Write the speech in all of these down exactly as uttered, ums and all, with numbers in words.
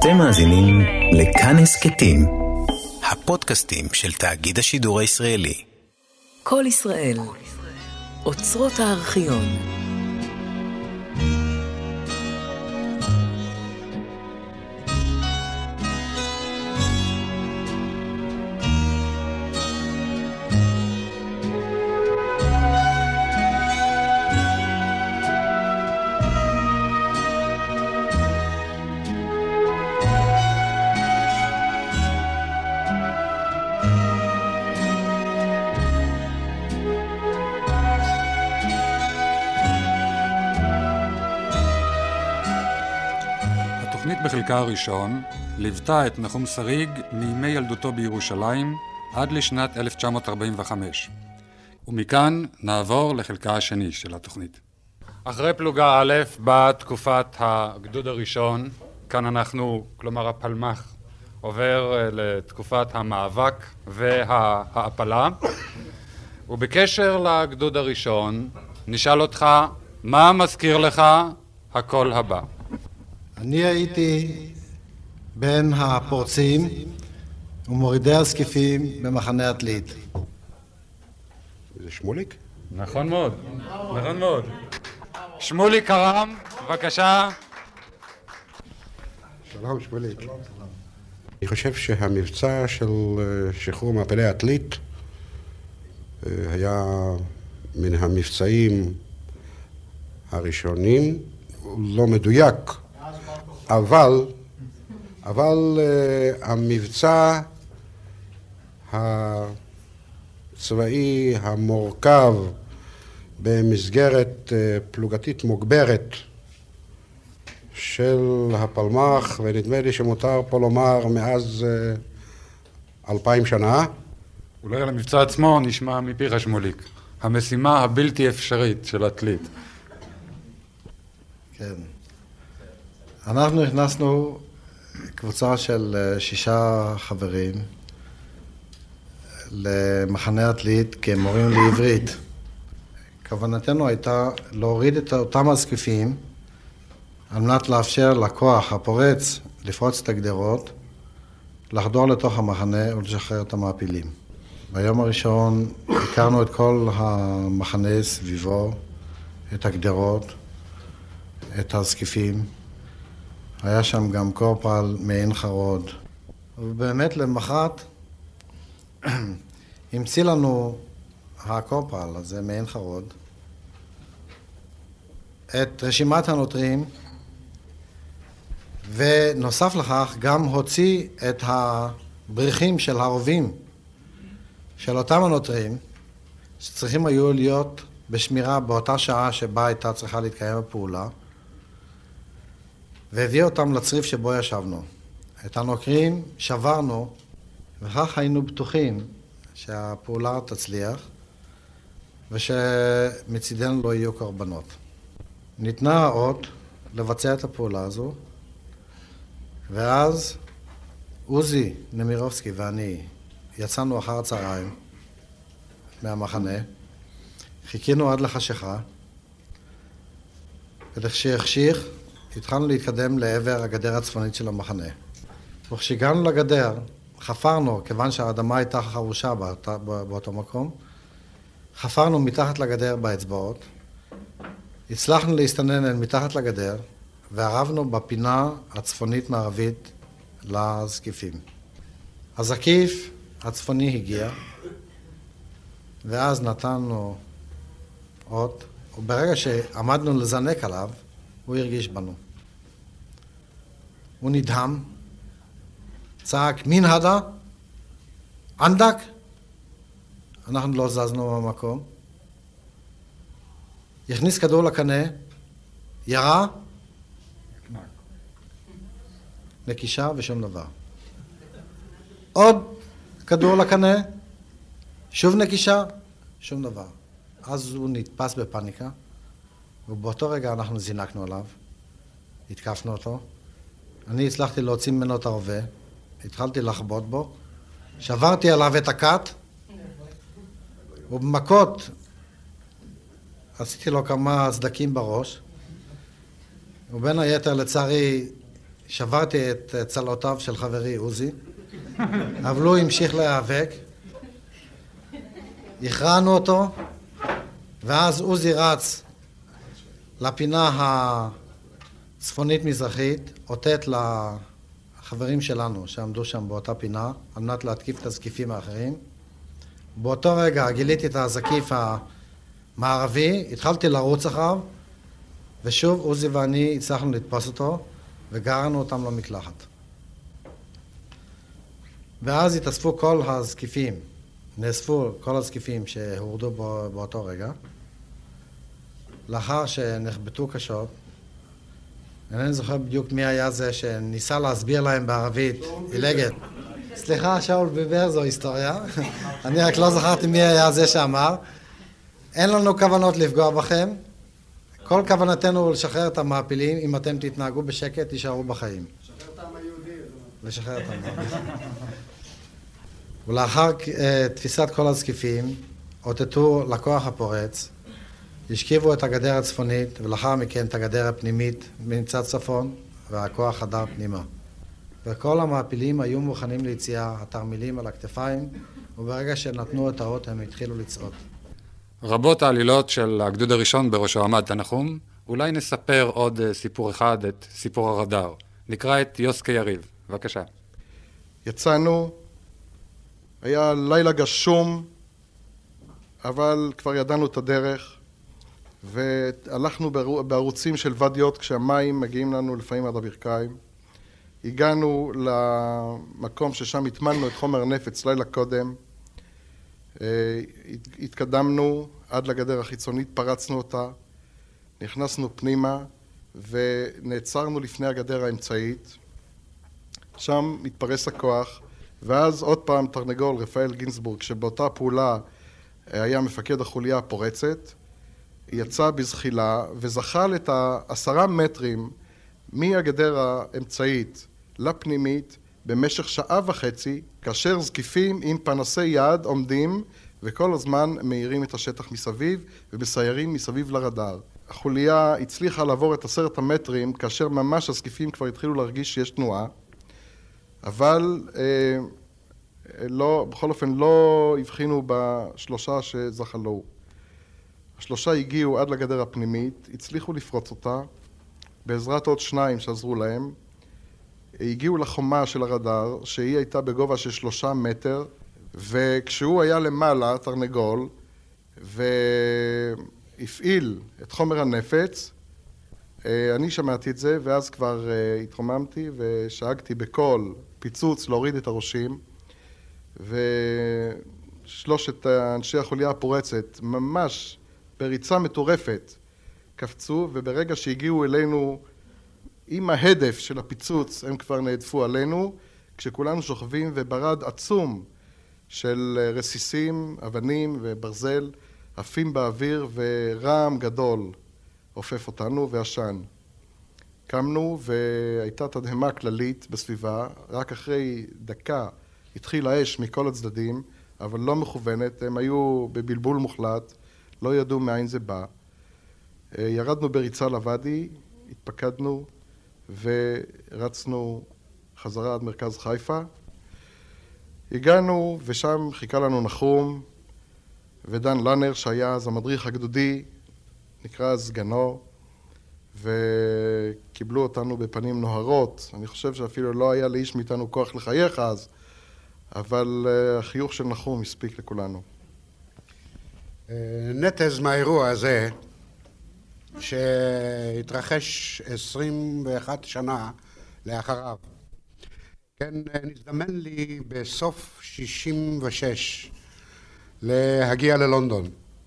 אתם מאזינים לכאן הסכתים, הפודקאסטים של תאגיד השידור הישראלי. כל ישראל, אוצרות הארכיון. התוכנית בחלקה הראשון ליוותה את נחום שריג מימי ילדותו בירושלים עד לשנת אלף תשע מאות ארבעים וחמש. ומכאן נעבור לחלקה השני של התוכנית. אחרי פלוגה א' באה תקופת הגדוד הראשון, כאן אנחנו, כלומר הפלמ"ח, עובר לתקופת המאבק וההעפלה. ובקשר לגדוד הראשון, נשאל אותך, מה מזכיר לך הקול הבא? אני הייתי בין הפורצים ומורידי הזקיפים במחנה עתלית. זה שמוליק? נכון מאוד, נכון מאוד. שמוליק קרם, בבקשה. שלום שמוליק. אני חושב שהמבצע של שחרור מעפילי עתלית היה מן המבצעים הראשונים, לא מדויק, אבל, אבל uh, המבצע הצבאי המורכב במסגרת uh, פלוגתית מוגברת של הפלמ"ח, ונדמה לי שמותר פה לומר מאז uh, אלפיים שנה. אולי על המבצע עצמו נשמע מפיך שמוליק. המשימה הבלתי אפשרית של עתלית. כן. אנחנו הכנסנו קבוצה של שישה חברים למחנה עתלית כמורים לעברית. כוונתנו הייתה להוריד את אותם הזקיפים על מנת לאפשר לכוח הפורץ לפרוץ את הגדרות, לחדור לתוך המחנה ולשחרר את המעפילים. ביום הראשון הכרנו את כל המחנה סביבו, את הגדרות, את הזקיפים. היה שם גם קורפל מעין חרוד. ובאמת למחרת המציא לנו הקורפל הזה מעין חרוד את רשימת הנוטרים, ונוסף לכך גם הוציא את הבריחים של הרובים של אותם הנוטרים שצריכים היו להיות בשמירה באותה שעה שבה הייתה צריכה להתקיים הפעולה, והביא אותם לצריף שבו ישבנו. את הנוקרים שברנו, וכך היינו בטוחים שהפעולה תצליח, ושמצידנו לא יהיו קורבנות. ניתנה האות לבצע את הפעולה הזו, ואז עוזי נמירובסקי ואני יצאנו אחר הצהריים מהמחנה, חיכינו עד לחשיכה, ולכשיחשיך, התחלנו להתקדם לעבר הגדר הצפונית של המחנה. וכשהגענו לגדר, חפרנו, כיוון שהאדמה הייתה חרושה באותה, באותו מקום, חפרנו מתחת לגדר באצבעות, הצלחנו להסתנן מתחת לגדר, וערבנו בפינה הצפונית מערבית לזקיפים. הזקיף הצפוני הגיע, ואז נתנו אות, וברגע שעמדנו לזנק עליו, הוא הרגיש בנו. הוא נדהם, צעק, מין הדה? ענדק? אנחנו לא זזנו במקום. הכניס כדור לקנה, ירה, נקישה ושום דבר. עוד כדור לקנה, שוב נקישה, שום דבר. אז הוא נתפס בפניקה, ובאותו רגע אנחנו זינקנו עליו, התקפנו אותו. אני הצלחתי להוציא ממנו את הרובה, התחלתי לחבוט בו, שברתי עליו את הקט, ובמכות עשיתי לו כמה סדקים בראש, ובין היתר לצערי שברתי את צלעותיו של חברי עוזי, אבל הוא המשיך להיאבק. הכרענו אותו, ואז עוזי רץ לפינה הצפונית-מזרחית, אותת לחברים שלנו שעמדו שם באותה פינה, על מנת להתקיף את הזקיפים האחרים. באותו רגע גיליתי את הזקיף המערבי, התחלתי לרוץ אחריו, ושוב עוזי ואני הצלחנו לתפוס אותו, וגררנו אותם למקלחת. ואז התאספו כל הזקיפים, נאספו כל הזקיפים שהורדו באותו רגע. לאחר שנחבטו קשות, אני זוכר בדיוק מי היה זה שניסה להסביר להם בערבית, עילגת. סליחה, שאול ביבר, זו היסטוריה. אני רק לא זכרתי מי היה זה שאמר. אין לנו כוונות לפגוע בכם. כל כוונתנו לשחרר את המעפילים. אם אתם תתנהגו בשקט, תישארו בחיים. לשחרר את העם היהודי. לשחרר את העם היהודי. ולאחר תפיסת כל הזקיפים, אותתו לכוח הפורץ, השכיבו את הגדר הצפונית, ולאחר מכן את הגדר הפנימית מצד צפון, והכוח חדר פנימה. וכל המעפילים היו מוכנים ליציאה, התרמילים על הכתפיים, וברגע שנתנו את האות הם התחילו לצעוד. רבות העלילות של הגדוד הראשון בראשו עמד תנחום, אולי נספר עוד סיפור אחד, את סיפור הרדאר. נקרא את יוסקי יריב, בבקשה. יצאנו, היה לילה גשום, אבל כבר ידענו את הדרך, והלכנו בערוצים של ודיות כשהמים מגיעים לנו לפעמים עד הברכיים. הגענו למקום ששם התמלנו את חומר נפץ לילה קודם, התקדמנו עד לגדר החיצונית, פרצנו אותה, נכנסנו פנימה ונעצרנו לפני הגדר האמצעית. שם מתפרס הכוח, ואז עוד פעם תרנגול רפאל גינסבורג, שבאותה פעולה היה מפקד החוליה הפורצת, יצא בזחילה וזחל את העשרה מטרים מהגדר האמצעית לפנימית במשך שעה וחצי, כאשר זקיפים עם פנסי יד עומדים וכל הזמן מאירים את השטח מסביב ומסיירים מסביב לרדאר. החוליה הצליחה לעבור את עשרת המטרים כאשר ממש הזקיפים כבר התחילו להרגיש שיש תנועה, אבל אה, לא, בכל אופן לא הבחינו בשלושה שזחלו. השלושה הגיעו עד לגדר הפנימית, הצליחו לפרוץ אותה בעזרת עוד שניים שעזרו להם. הגיעו לחומה של הרדאר, שהיא הייתה בגובה של שלושה מטר, וכשהוא היה למעלה, תרנגול, והפעיל את חומר הנפץ, אני שמעתי את זה, ואז כבר התרוממתי ושאגתי בקול פיצוץ להוריד את הראשים, ושלושת אנשי החוליה הפורצת ממש בריצה מטורפת קפצו, וברגע שהגיעו אלינו עם ההדף של הפיצוץ הם כבר נעדפו עלינו, כשכולנו שוכבים וברד עצום של רסיסים, אבנים וברזל עפים באוויר, ורעם גדול עופף אותנו ועשן. קמנו והייתה תדהמה כללית בסביבה, רק אחרי דקה התחילה האש מכל הצדדים, אבל לא מכוונת, הם היו בבלבול מוחלט, לא ידעו מאין זה בא. ירדנו בריצה לוואדי, התפקדנו ורצנו חזרה עד מרכז חיפה. הגענו ושם חיכה לנו נחום ודן לנר שהיה אז המדריך הגדודי, נקרא סגנו, וקיבלו אותנו בפנים נוהרות. אני חושב שאפילו לא היה לאיש מאיתנו כוח לחייך אז, אבל החיוך של נחום הספיק לכולנו. נתז מהאירוע הזה, שהתרחש עשרים ואחת שנה לאחריו, כן, נזדמן לי בסוף שישים ושש להגיע ללונדון.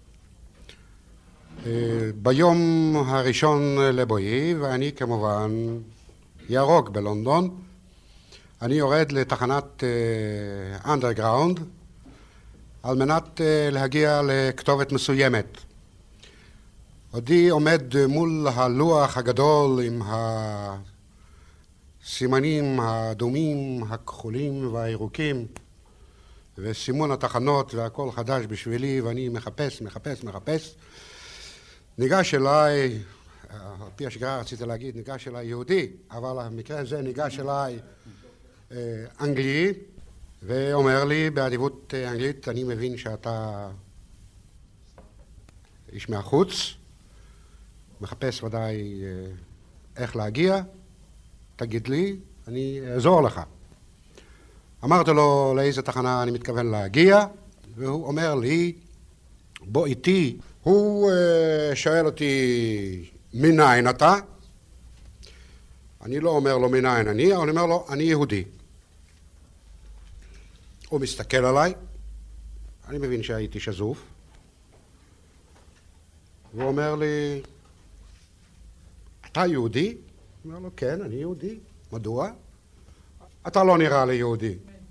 ביום הראשון לבואי, ואני כמובן ירוק בלונדון, אני יורד לתחנת אנדרגראונד על מנת להגיע לכתובת מסוימת. עודי עומד מול הלוח הגדול עם הסימנים האדומים, הכחולים והירוקים, וסימון התחנות והכל חדש בשבילי, ואני מחפש, מחפש, מחפש. ניגש אליי על פי השגרה רציתי להגיד, ניגש אליי יהודי, אבל המקרה הזה ניגש אליי אנגלי, ואומר לי באדיבות אנגלית, אני מבין שאתה איש מהחוץ, מחפש ודאי איך להגיע, תגיד לי, אני אעזור לך. אמרתי לו לאיזה תחנה אני מתכוון להגיע, והוא אומר לי, בוא איתי. הוא שואל אותי, מניין אתה? אני לא אומר לו מניין אני, אבל אני אומר לו, אני יהודי. הוא מסתכל עליי, אני מבין שהייתי שזוף, והוא אומר לי, אתה יהודי? אני אומר לו, כן, אני יהודי. מדוע? אתה לא נראה לי יהודי.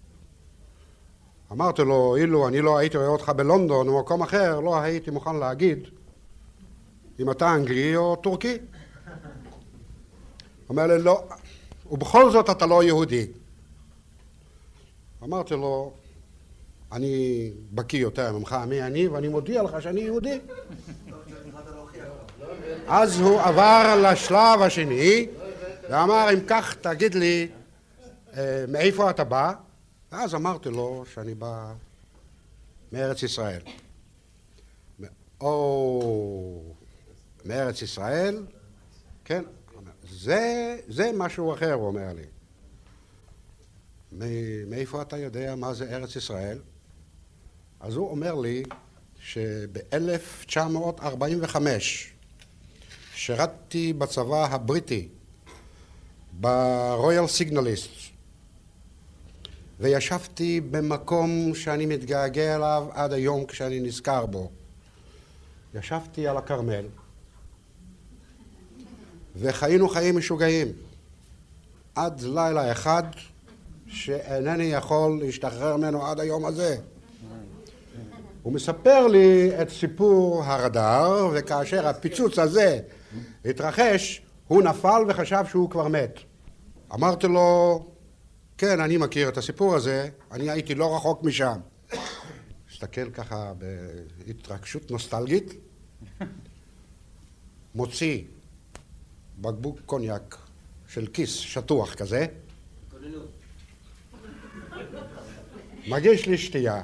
אמרתי לו, אילו אני לא הייתי רואה אותך בלונדון או מקום אחר, לא הייתי מוכן להגיד אם אתה אנגלי או טורקי. אומר לי, לא, ובכל זאת אתה לא יהודי. אמרתי לו, אני בקיא יותר ממך מי אני, ואני מודיע לך שאני יהודי. אז הוא עבר לשלב השני, ואמר, אם כך תגיד לי, מאיפה אתה בא? ואז אמרתי לו שאני בא מארץ ישראל. או מארץ ישראל, כן, זה, זה משהו אחר, הוא אומר לי. מאיפה אתה יודע מה זה ארץ ישראל? אז הוא אומר לי שב-אלף תשע מאות ארבעים וחמש שירתתי בצבא הבריטי, ברויאל סיגנליסט, וישבתי במקום שאני מתגעגע אליו עד היום כשאני נזכר בו. ישבתי על הכרמל, וחיינו חיים משוגעים, עד לילה אחד שאינני יכול להשתחרר ממנו עד היום הזה. הוא מספר לי את סיפור הרדאר, וכאשר הפיצוץ הזה התרחש, הוא נפל וחשב שהוא כבר מת. אמרתי לו, כן, אני מכיר את הסיפור הזה, אני הייתי לא רחוק משם. הסתכל ככה בהתרגשות נוסטלגית, מוציא בקבוק קוניאק של כיס שטוח כזה, מגיש לי שתייה.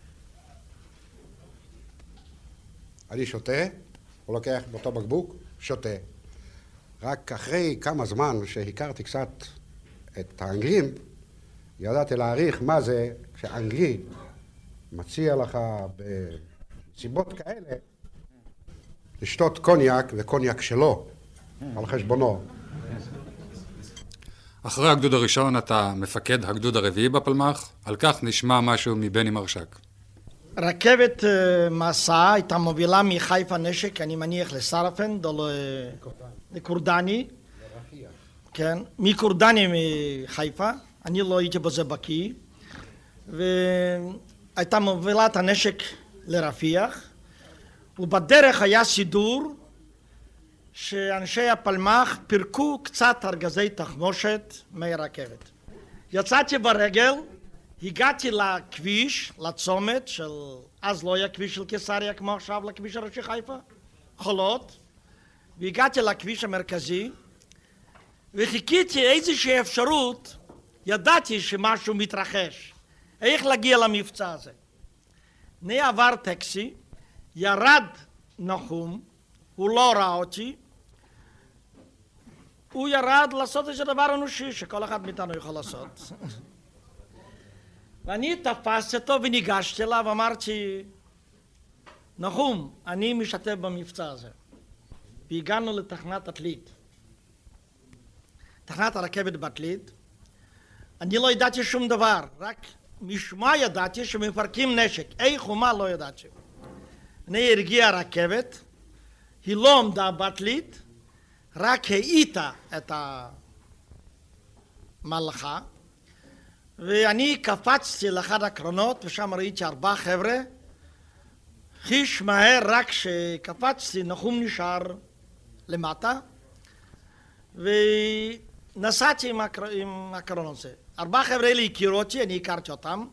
אני שותה, הוא לוקח באותו בקבוק, שותה. רק אחרי כמה זמן שהכרתי קצת את האנגלים, ידעתי להעריך מה זה כשאנגלי מציע לך בסיבות כאלה לשתות קוניאק וקוניאק שלו על חשבונו. אחרי הגדוד הראשון אתה מפקד הגדוד הרביעי בפלמ"ח, על כך נשמע משהו מבני מרשק. רכבת מסע הייתה מובילה מחיפה נשק, אני מניח לסרפנד או לקורדני, כן, מקורדני מחיפה, אני לא הייתי בזה בקיא, והייתה מובילה את הנשק לרפיח, ובדרך היה סידור שאנשי הפלמ"ח פירקו קצת ארגזי תחמושת מהרכבת. יצאתי ברגל, הגעתי לכביש, לצומת של, אז לא היה כביש של קיסריה כמו עכשיו לכביש הראשי חיפה, חולות, והגעתי לכביש המרכזי, וחיכיתי איזושהי אפשרות, ידעתי שמשהו מתרחש, איך להגיע למבצע הזה. אני עבר טקסי, ירד נחום, הוא לא ראה אותי, הוא ירד לעשות איזה דבר אנושי שכל אחד מאיתנו יכול לעשות. ואני תפסתי אותו וניגשתי אליו ואמרתי, נחום, אני משתתף במבצע הזה. והגענו לתחנת עתלית. תחנת הרכבת בעתלית. אני לא ידעתי שום דבר, רק משמע ידעתי שמפרקים נשק. איך ומה לא ידעתי. אני הרגיע הרכבת, היא לא עמדה בעתלית, רק העיטה את המלאכה, ואני קפצתי לאחד הקרונות, ושם ראיתי ארבעה חבר'ה, חיש מהר, רק שקפצתי, נחום נשאר למטה, ונסעתי עם, הקר... עם הקרונות הזה. ארבעה חבר'ה אלה הכירו אותי, אני הכרתי אותם,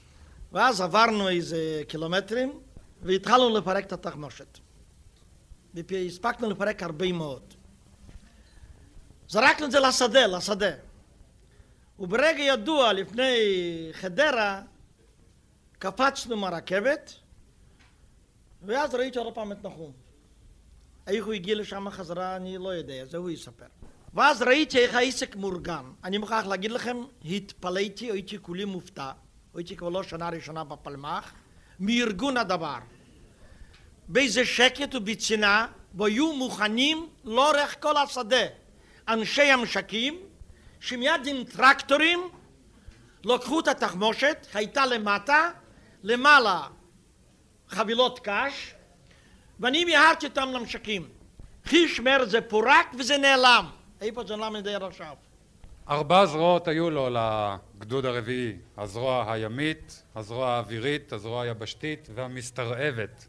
ואז עברנו איזה קילומטרים, והתחלנו לפרק את התחמושת. והספקנו לפרק הרבה מאוד. זרקנו את זה לשדה, לשדה. וברגע ידוע לפני חדרה, קפצנו מהרכבת, ואז ראיתי עוד פעם את נחום. איך הוא הגיע לשם חזרה, אני לא יודע, זה הוא יספר. ואז ראיתי איך העסק מאורגן. אני מוכרח להגיד לכם, התפלאתי, הייתי כולי מופתע, הייתי כבר לא שנה ראשונה בפלמ"ח, מארגון הדבר. באיזה שקט ובצנעה, והיו מוכנים לאורך כל השדה. אנשי המשקים, שמיד עם טרקטורים, לקחו את התחמושת, הייתה למטה, למעלה חבילות קש, ואני מיהרתי אותם למשקים. חיש מר זה פורק וזה נעלם. איפה זה נעלם נדע עכשיו? ארבע זרועות היו לו לגדוד הרביעי, הזרוע הימית, הזרוע האווירית, הזרוע היבשתית והמסתרעבת.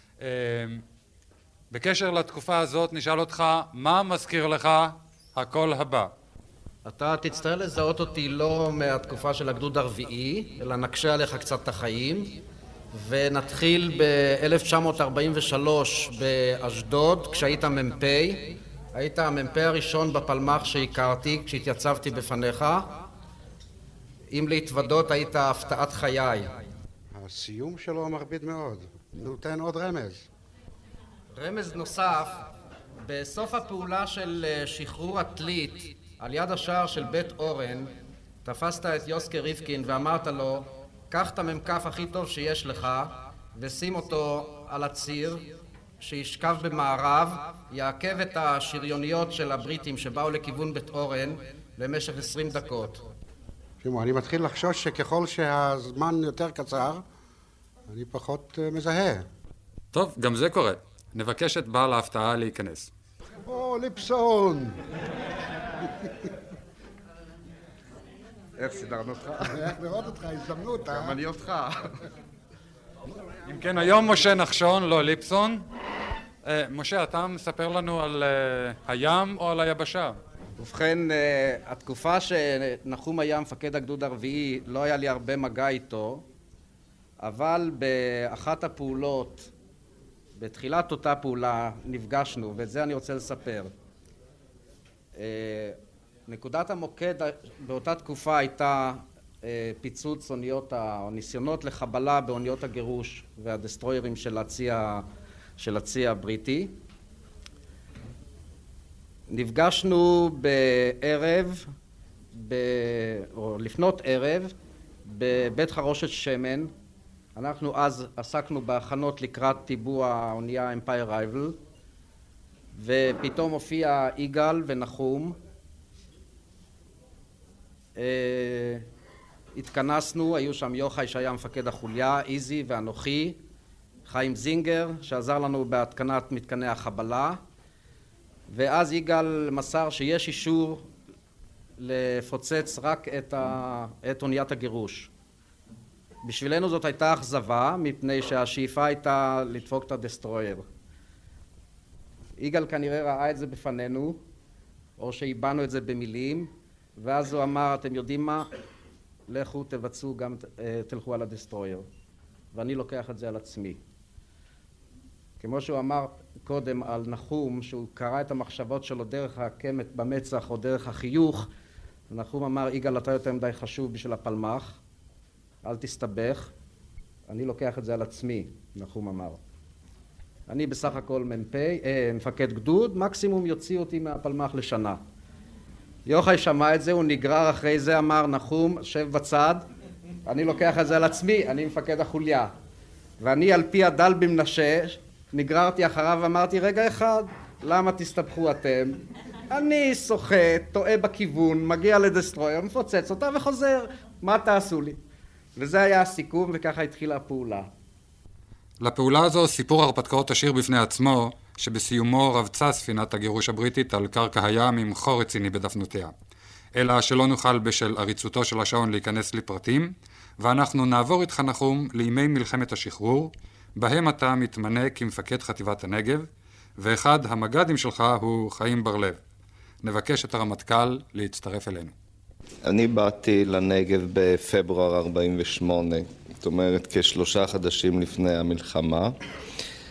בקשר לתקופה הזאת נשאל אותך, מה מזכיר לך הקול הבא? אתה תצטרך לזהות אותי לא מהתקופה של הגדוד הרביעי, אלא נקשה עליך קצת את החיים, ונתחיל ב-אלף תשע מאות ארבעים ושלוש באשדוד, כשהיית מ"פ. היית המ"פ הראשון בפלמ"ח שהכרתי כשהתייצבתי בפניך. אם להתוודות היית הפתעת חיי. הסיום שלו מרביד מאוד. נותן עוד רמז. רמז נוסף, בסוף הפעולה של שחרור עתלית על יד השער של בית אורן, תפסת את יוסקר ריבקין ואמרת לו, קח את המ"כ הכי טוב שיש לך ושים אותו על הציר שישכב במערב, יעכב את השריוניות של הבריטים שבאו לכיוון בית אורן למשך עשרים דקות. שימו, אני מתחיל לחשוש שככל שהזמן יותר קצר, אני פחות מזהה. טוב, גם זה קורה. נבקש את בעל ההפתעה להיכנס. או, ליפסון! איך סידרנו אותך? איך לראות אותך, הזדמנות, אה? גם אני אותך. אם כן, היום משה נחשון, לא ליפסון. משה, אתה מספר לנו על הים או על היבשה? ובכן, התקופה שנחום היה מפקד הגדוד הרביעי, לא היה לי הרבה מגע איתו, אבל באחת הפעולות, בתחילת אותה פעולה, נפגשנו, ואת זה אני רוצה לספר. נקודת המוקד באותה תקופה הייתה פיצוץ אוניות, או ניסיונות לחבלה באוניות הגירוש והדסטרוירים של הצי, של הצי הבריטי. נפגשנו בערב, ב, או לפנות ערב, בבית חרושת שמן. אנחנו אז עסקנו בהכנות לקראת טיבוע האונייה אמפייר רייבל, ופתאום הופיע יגאל ונחום. התכנסנו, היו שם יוחאי שהיה מפקד החוליה, איזי ואנוכי, חיים זינגר שעזר לנו בהתקנת מתקני החבלה, ואז יגאל מסר שיש אישור לפוצץ רק את, ה... את אוניית הגירוש. בשבילנו זאת הייתה אכזבה, מפני שהשאיפה הייתה לדפוק את הדסטרויר. יגאל כנראה ראה את זה בפנינו, או שהיבנו את זה במילים, ואז הוא אמר, אתם יודעים מה? לכו תבצעו גם, תלכו על הדסטרויר. ואני לוקח את זה על עצמי. כמו שהוא אמר קודם על נחום, שהוא קרא את המחשבות שלו דרך הקמת במצח או דרך החיוך, נחום אמר, יגאל, אתה יותר מדי חשוב בשביל הפלמ"ח, אל תסתבך, אני לוקח את זה על עצמי, נחום אמר. אני בסך הכל מ"פ, אה, מפקד גדוד, מקסימום יוציא אותי מהפלמ"ח לשנה. יוחאי שמע את זה, הוא נגרר אחרי זה, אמר, נחום, שב בצד, אני לוקח את זה על עצמי, אני מפקד החוליה. ואני על פי הדל במנשה, נגררתי אחריו ואמרתי, רגע אחד, למה תסתבכו אתם? אני סוחט, טועה בכיוון, מגיע לדסטרויר, מפוצץ אותה וחוזר, מה תעשו לי? וזה היה הסיכום, וככה התחילה הפעולה. לפעולה הזו סיפור הרפתקאות עשיר בפני עצמו, שבסיומו רבצה ספינת הגירוש הבריטית על קרקע הים עם חור רציני בדפנותיה. אלא שלא נוכל בשל עריצותו של השעון להיכנס לפרטים, ואנחנו נעבור איתך נחום לימי מלחמת השחרור, בהם אתה מתמנה כמפקד חטיבת הנגב, ואחד המג"דים שלך הוא חיים בר-לב. נבקש את הרמטכ"ל להצטרף אלינו. אני באתי לנגב בפברואר ארבעים ושמונה, זאת אומרת כשלושה חודשים לפני המלחמה,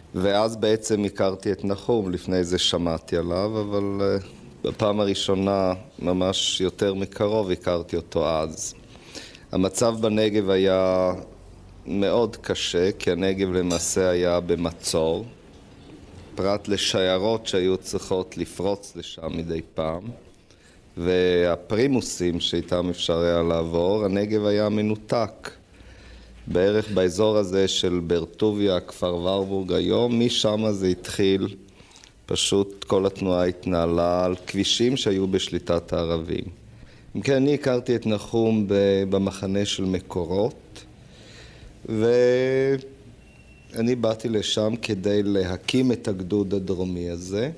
ואז בעצם הכרתי את נחום, לפני זה שמעתי עליו, אבל uh, בפעם הראשונה ממש יותר מקרוב הכרתי אותו אז. המצב בנגב היה מאוד קשה, כי הנגב למעשה היה במצור, פרט לשיירות שהיו צריכות לפרוץ לשם מדי פעם, והפרימוסים שאיתם אפשר היה לעבור, הנגב היה מנותק. בערך באזור הזה של ברטוביה, כפר ורבורג היום, משם זה התחיל, פשוט כל התנועה התנהלה על כבישים שהיו בשליטת הערבים. אם כן, אני הכרתי את נחום במחנה של מקורות, ואני באתי לשם כדי להקים את הגדוד הדרומי הזה,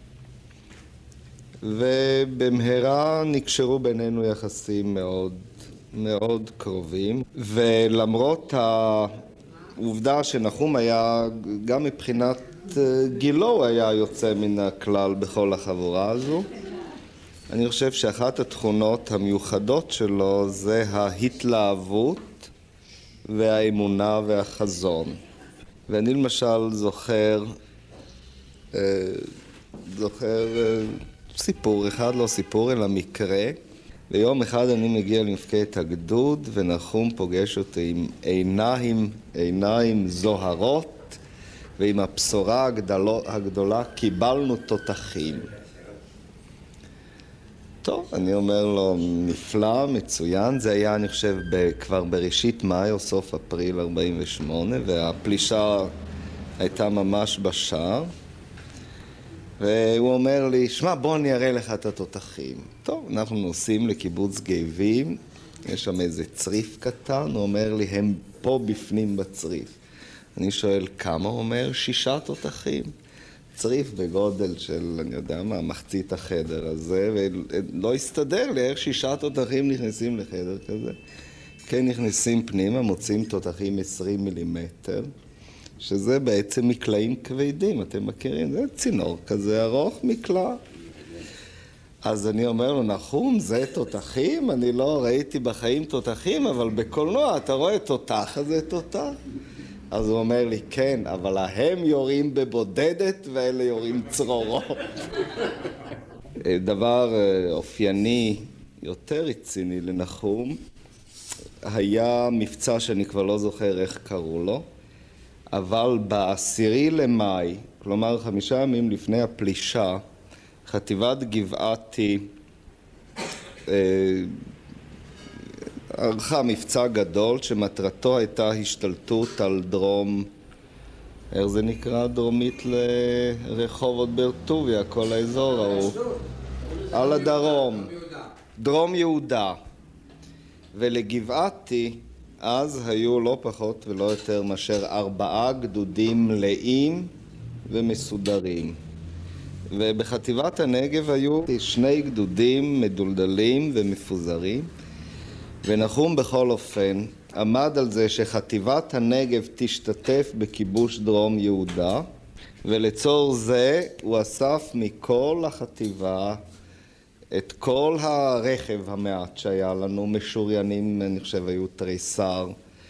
ובמהרה נקשרו בינינו יחסים מאוד מאוד קרובים, ולמרות העובדה שנחום היה, גם מבחינת גילו היה יוצא מן הכלל בכל החבורה הזו, אני חושב שאחת התכונות המיוחדות שלו זה ההתלהבות והאמונה והחזון. ואני למשל זוכר, זוכר סיפור אחד, לא סיפור אלא מקרה. ביום אחד אני מגיע למפקדת הגדוד ונחום פוגש אותי עם עיניים, עיניים זוהרות, ועם הבשורה הגדולה, הגדולה קיבלנו תותחים. טוב, אני אומר לו, נפלא, מצוין. זה היה, אני חושב, כבר בראשית מאי או סוף אפריל ארבעים ושמונה, והפלישה הייתה ממש בשער. והוא אומר לי, שמע, בוא אני אראה לך את התותחים. טוב, אנחנו נוסעים לקיבוץ גאבים, יש שם איזה צריף קטן, הוא אומר לי, הם פה בפנים בצריף. אני שואל, כמה? הוא אומר, שישה תותחים. צריף בגודל של, אני יודע מה, מחצית החדר הזה, ולא הסתדר לי איך שישה תותחים נכנסים לחדר כזה. כן, נכנסים פנימה, מוצאים תותחים עשרים מילימטר, שזה בעצם מקלעים כבדים, אתם מכירים? זה צינור כזה ארוך, מקלע. אז אני אומר לו, נחום, זה תותחים? אני לא ראיתי בחיים תותחים, אבל בקולנוע אתה רואה תותח, אז זה תותח. אז הוא אומר לי, כן, אבל הם יורים בבודדת ואלה יורים צרורות. דבר אופייני יותר רציני לנחום, היה מבצע שאני כבר לא זוכר איך קראו לו, אבל בעשירי למאי, כלומר חמישה ימים לפני הפלישה, חטיבת גבעתי אה, ערכה מבצע גדול שמטרתו הייתה השתלטות על דרום, איך זה נקרא? דרומית לרחובות ברטוביה, כל האזור ההוא. על הדרום. דרום יהודה. ולגבעתי אז היו לא פחות ולא יותר מאשר ארבעה גדודים מלאים ומסודרים. ובחטיבת הנגב היו שני גדודים מדולדלים ומפוזרים, ונחום בכל אופן עמד על זה שחטיבת הנגב תשתתף בכיבוש דרום יהודה, ולצור זה הוא אסף מכל החטיבה את כל הרכב המעט שהיה לנו, משוריינים, אני חושב, היו תריסר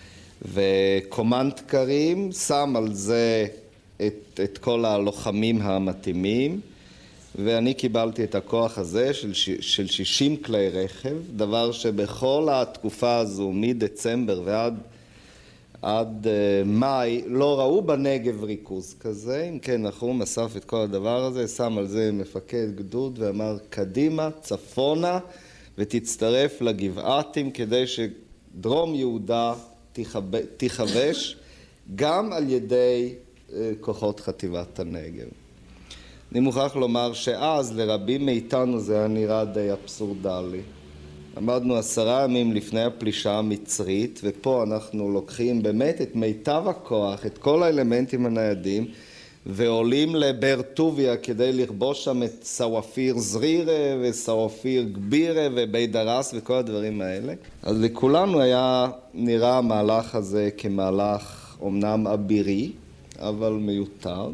וקומנדקרים, שם על זה את, את כל הלוחמים המתאימים, ואני קיבלתי את הכוח הזה של, של שישים כלי רכב, דבר שבכל התקופה הזו, מדצמבר ועד עד uh, מאי, לא ראו בנגב ריכוז כזה. אם כן, נחום אסף את כל הדבר הזה, שם על זה מפקד גדוד ואמר, קדימה, צפונה, ותצטרף לגבעתים כדי שדרום יהודה תיכבש גם על ידי uh, כוחות חטיבת הנגב. אני מוכרח לומר שאז לרבים מאיתנו זה היה נראה די אבסורדלי. עמדנו עשרה ימים לפני הפלישה המצרית, ופה אנחנו לוקחים באמת את מיטב הכוח, את כל האלמנטים הניידים, ועולים לברטוביה כדי לכבוש שם את סוואפיר זרירה וסוואפיר גבירה ובית דרס וכל הדברים האלה. אז לכולנו היה נראה המהלך הזה כמהלך אומנם אבירי, אבל מיותר.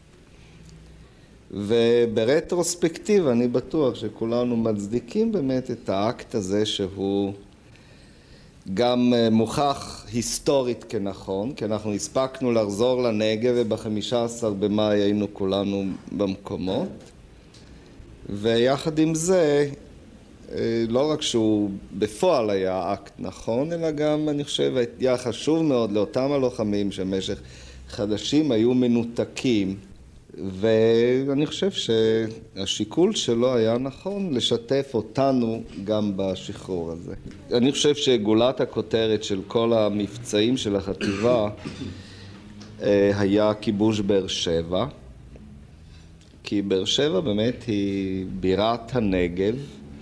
וברטרוספקטיב אני בטוח שכולנו מצדיקים באמת את האקט הזה שהוא גם מוכח היסטורית כנכון, כי אנחנו הספקנו לחזור לנגב וב-חמישה עשר במאי היינו כולנו במקומות. ויחד עם זה, לא רק שהוא בפועל היה אקט נכון, אלא גם אני חושב היה חשוב מאוד לאותם הלוחמים שבמשך חדשים היו מנותקים. ואני חושב שהשיקול שלו היה נכון לשתף אותנו גם בשחרור הזה. אני חושב שגולת הכותרת של כל המבצעים של החטיבה היה כיבוש באר שבע, כי באר שבע באמת היא בירת הנגב,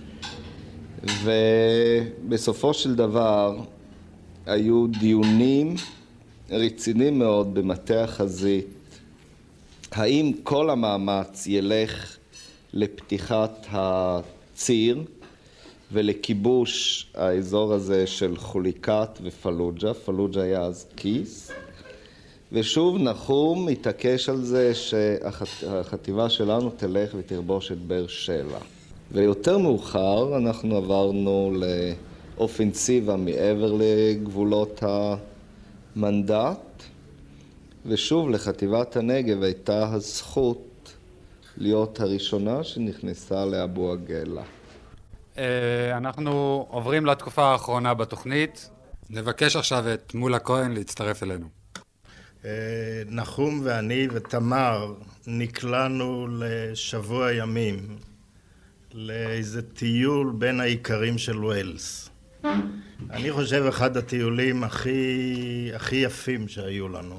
ובסופו של דבר היו דיונים רציניים מאוד במטה החזית, האם כל המאמץ ילך לפתיחת הציר ולכיבוש האזור הזה של חוליקת ופלוג'ה, פלוג'ה היה אז כיס, ושוב נחום התעקש על זה שהחטיבה שלנו תלך ותרבוש את באר שבע. ויותר מאוחר אנחנו עברנו לאופנסיבה מעבר לגבולות המנדט, ושוב לחטיבת הנגב הייתה הזכות להיות הראשונה שנכנסה לאבו עגלה. אנחנו עוברים לתקופה האחרונה בתוכנית. נבקש עכשיו את מולה כהן להצטרף אלינו. נחום ואני ותמר נקלענו לשבוע ימים לאיזה טיול בין העיקרים של ווילס. אני חושב אחד הטיולים הכי, הכי יפים שהיו לנו.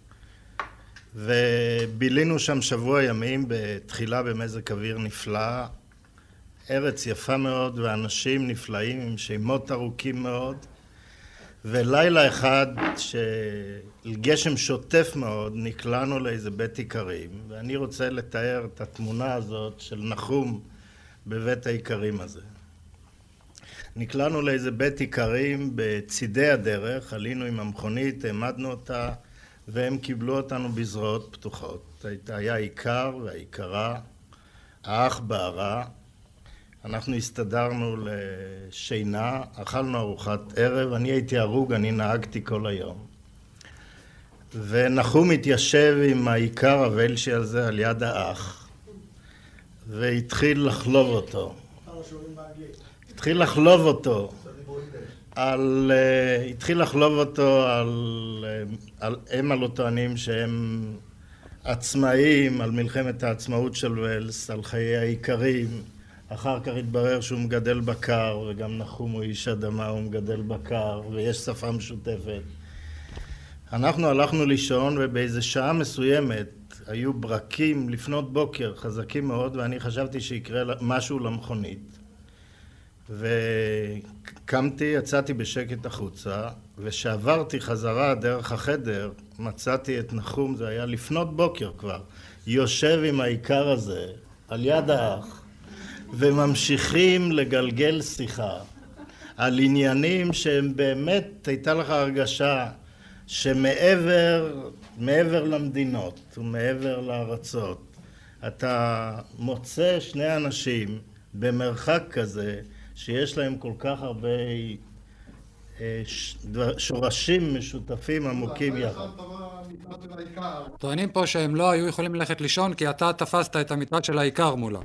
ובילינו שם שבוע ימים בתחילה במזג אוויר נפלא, ארץ יפה מאוד ואנשים נפלאים עם שמות ארוכים מאוד, ולילה אחד של גשם שוטף מאוד נקלענו לאיזה בית איכרים, ואני רוצה לתאר את התמונה הזאת של נחום בבית האיכרים הזה. נקלענו לאיזה בית איכרים בצידי הדרך, עלינו עם המכונית, העמדנו אותה, והם קיבלו אותנו בזרועות פתוחות. היה עיקר והעיקרה, האח בערה. אנחנו הסתדרנו לשינה, אכלנו ארוחת ערב, אני הייתי הרוג, אני נהגתי כל היום. ונחום התיישב עם העיקר הוולשי הזה על יד האח, והתחיל לחלוב אותו. התחיל לחלוב אותו. על, uh, התחיל לחלוב אותו על, uh, על, הם הלא טוענים שהם עצמאים, על מלחמת העצמאות של ווילס, על חיי העיקרים. אחר כך התברר שהוא מגדל בקר, וגם נחום הוא איש אדמה, הוא מגדל בקר, ויש שפה משותפת. אנחנו הלכנו לישון, ובאיזה שעה מסוימת היו ברקים לפנות בוקר, חזקים מאוד, ואני חשבתי שיקרה משהו למכונית. וקמתי, יצאתי בשקט החוצה, ושעברתי חזרה דרך החדר, מצאתי את נחום, זה היה לפנות בוקר כבר, יושב עם העיקר הזה על יד האח, וממשיכים לגלגל שיחה על עניינים שהם באמת, הייתה לך הרגשה שמעבר, מעבר למדינות ומעבר לארצות, אתה מוצא שני אנשים במרחק כזה, שיש להם כל כך הרבה שורשים משותפים עמוקים יחד. טוענים פה שהם לא היו יכולים ללכת לישון כי אתה תפסת את המיטה של העיקר מולה.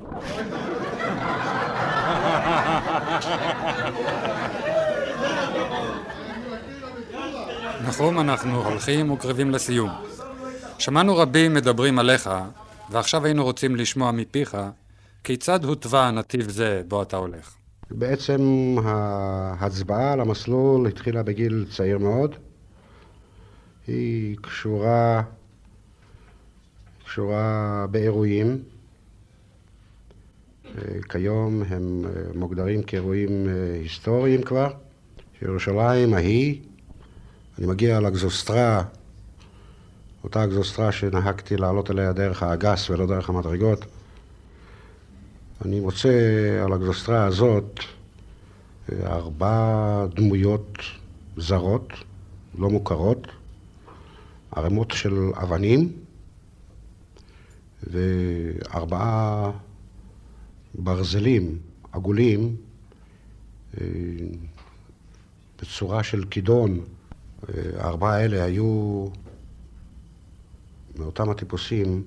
נחום, אנחנו הולכים וקרבים לסיום. שמענו רבים מדברים עליך, ועכשיו היינו רוצים לשמוע מפיך כיצד הוטבע הנתיב זה בו אתה הולך. בעצם ההצבעה על המסלול התחילה בגיל צעיר מאוד. היא קשורה, קשורה באירועים. כיום הם מוגדרים כאירועים היסטוריים כבר. ירושלים ההיא, אני מגיע לאגזוסטרה, אותה אגזוסטרה שנהגתי לעלות אליה דרך האגס ולא דרך המדרגות. אני מוצא על האגזוסטרה הזאת ארבע דמויות זרות, לא מוכרות, ערימות של אבנים וארבעה ברזלים עגולים בצורה של כידון. הארבעה האלה היו מאותם הטיפוסים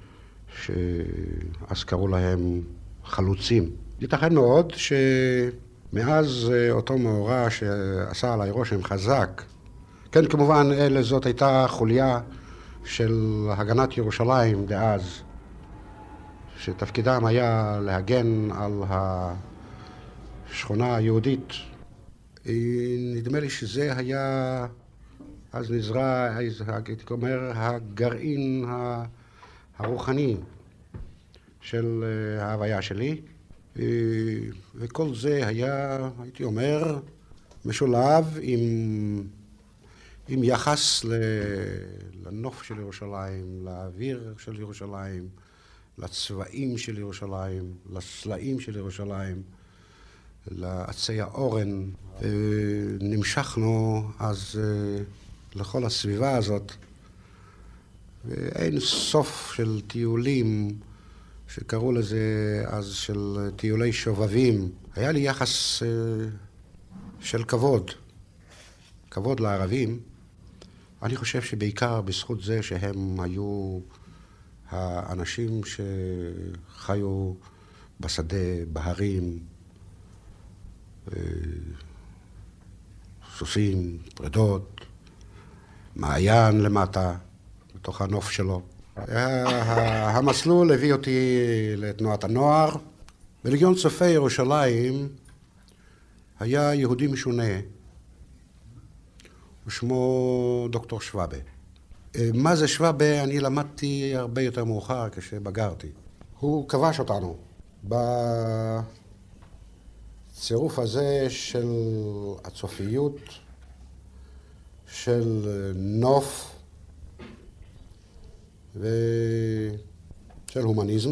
שאז קראו להם חלוצים. ייתכן מאוד שמאז אותו מאורע שעשה עליי רושם חזק, כן, כמובן, אלה זאת הייתה חוליה של הגנת ירושלים דאז, שתפקידם היה להגן על השכונה היהודית. נדמה לי שזה היה, אז נזרע, הייתי אומר, הגרעין הרוחני של ההוויה שלי, וכל זה היה, הייתי אומר, משולב עם, עם יחס לנוף של ירושלים, לאוויר של ירושלים, לצבעים של ירושלים, לסלעים של ירושלים, לעצי האורן. נמשכנו אז לכל הסביבה הזאת, ואין סוף של טיולים שקראו לזה אז של טיולי שובבים. היה לי יחס של כבוד, כבוד לערבים. אני חושב שבעיקר בזכות זה שהם היו האנשים שחיו בשדה, בהרים, סוסים, פרדות, מעיין למטה, בתוך הנוף שלו. המסלול הביא אותי לתנועת הנוער. בלגיון צופי ירושלים היה יהודי משונה, ושמו דוקטור שוואבה. מה זה שוואבה? אני למדתי הרבה יותר מאוחר כשבגרתי. הוא כבש אותנו בצירוף הזה של הצופיות, של נוף ושל הומניזם,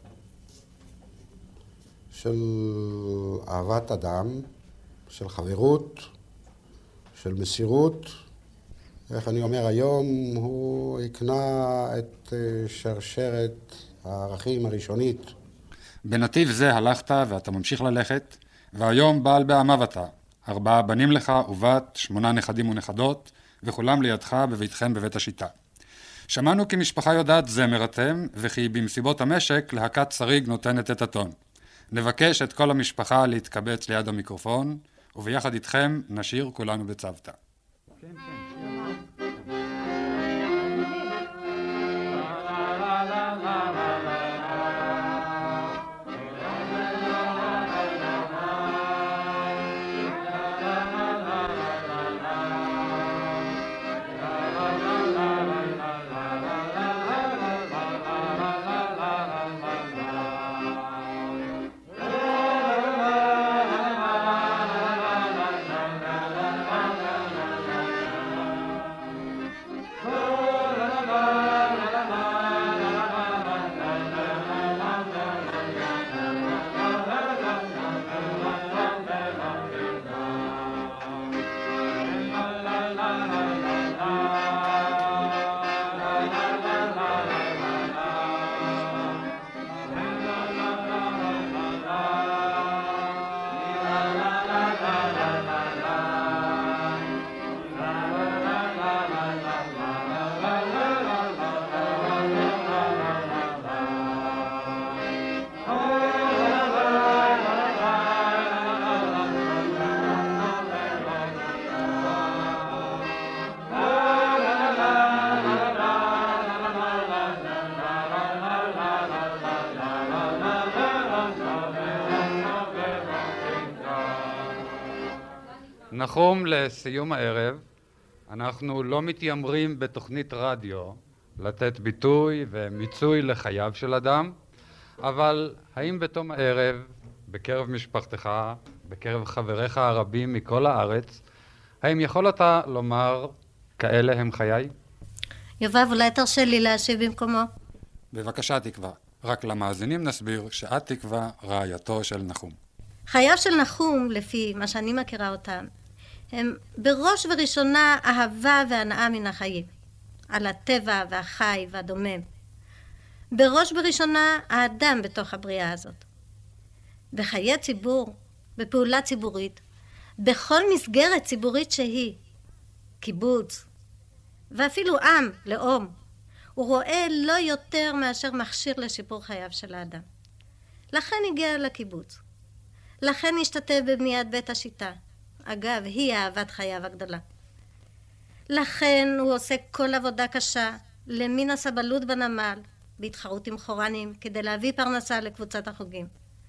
של אהבת אדם, של חברות, של מסירות. איך אני אומר היום, הוא הקנה את שרשרת הערכים הראשונית. בנתיב זה הלכת ואתה ממשיך ללכת, והיום בעל בעמיו אתה. ארבעה בנים לך ובת, שמונה נכדים ונכדות, וכולם לידך בביתכם בבית השיטה. שמענו כי משפחה יודעת זמר אתם, וכי במסיבות המשק להקת שריג נותנת את הטון. נבקש את כל המשפחה להתקבץ ליד המיקרופון, וביחד איתכם נשיר כולנו בצוותא. כן, כן. נחום, לסיום הערב, אנחנו לא מתיימרים בתוכנית רדיו לתת ביטוי ומיצוי לחייו של אדם, אבל האם בתום הערב, בקרב משפחתך, בקרב חבריך הרבים מכל הארץ, האם יכול אתה לומר, כאלה הם חיי? יובב, אולי תרשה לי להשיב במקומו? בבקשה תקווה. רק למאזינים נסביר שאת תקווה רעייתו של נחום. חייו של נחום, לפי מה שאני מכירה אותם, הם בראש וראשונה אהבה והנאה מן החיים, על הטבע והחי והדומם. בראש וראשונה האדם בתוך הבריאה הזאת. בחיי ציבור, בפעולה ציבורית, בכל מסגרת ציבורית שהיא, קיבוץ, ואפילו עם, לאום, הוא רואה לא יותר מאשר מכשיר לשיפור חייו של האדם. לכן הגיע לקיבוץ. לכן השתתף בבניית בית השיטה. אגב, היא אהבת חייו הגדולה. לכן הוא עושה כל עבודה קשה למין הסבלות בנמל, בהתחרות עם חורנים, כדי להביא פרנסה לקבוצת החוגים.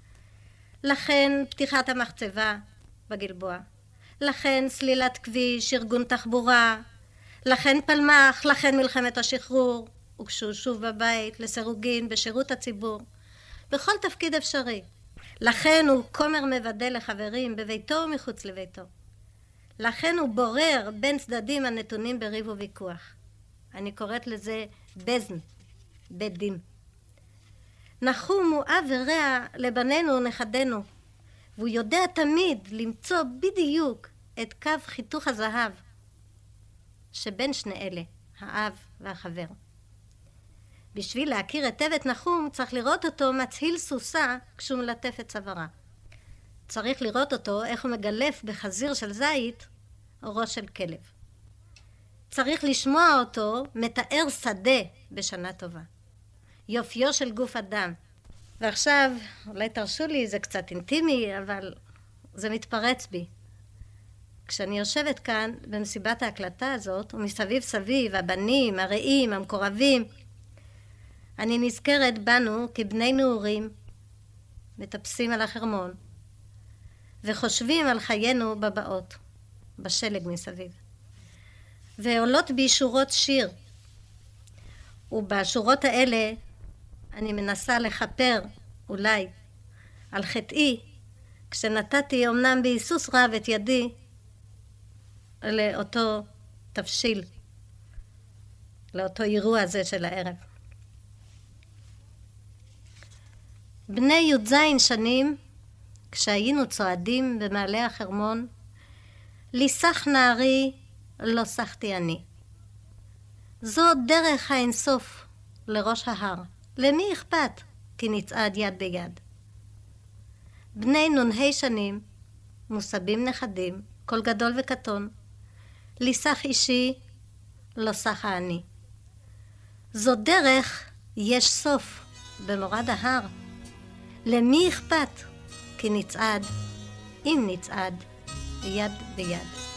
לכן פתיחת המחצבה בגלבוע. לכן סלילת כביש, ארגון תחבורה. לכן פלמח, לכן מלחמת השחרור. וכשהוא שוב בבית לסירוגין בשירות הציבור. בכל תפקיד אפשרי. לכן הוא כומר מבדל לחברים בביתו ומחוץ לביתו. לכן הוא בורר בין צדדים הנתונים בריב וויכוח. אני קוראת לזה בזן, בית דין. נחום הוא אב ורע לבנינו ונכדינו, והוא יודע תמיד למצוא בדיוק את קו חיתוך הזהב שבין שני אלה, האב והחבר. בשביל להכיר היטב את נחום צריך לראות אותו מצהיל סוסה כשהוא מלטף את צווארה. צריך לראות אותו איך הוא מגלף בחזיר של זית או ראש של כלב. צריך לשמוע אותו מתאר שדה בשנה טובה. יופיו של גוף אדם. ועכשיו, אולי תרשו לי, זה קצת אינטימי, אבל זה מתפרץ בי. כשאני יושבת כאן במסיבת ההקלטה הזאת, ומסביב סביב, הבנים, הרעים, המקורבים, אני נזכרת בנו כבני נעורים, מטפסים על החרמון, וחושבים על חיינו בבאות, בשלג מסביב. ועולות בי שורות שיר, ובשורות האלה אני מנסה לכפר, אולי, על חטאי, כשנתתי אמנם בהיסוס רב את ידי לאותו תבשיל, לאותו אירוע הזה של הערב. בני י"ז שנים, כשהיינו צועדים במעלה החרמון, ליסח נערי לא סחתי אני. זו דרך האינסוף לראש ההר. למי אכפת? כי נצעד יד ביד. בני נ"ה שנים, מוסבים נכדים, כל גדול וקטון, ליסח אישי לא סחה אני. זו דרך יש סוף במורד ההר. למי אכפת? כי נצעד, אם נצעד, יד ביד.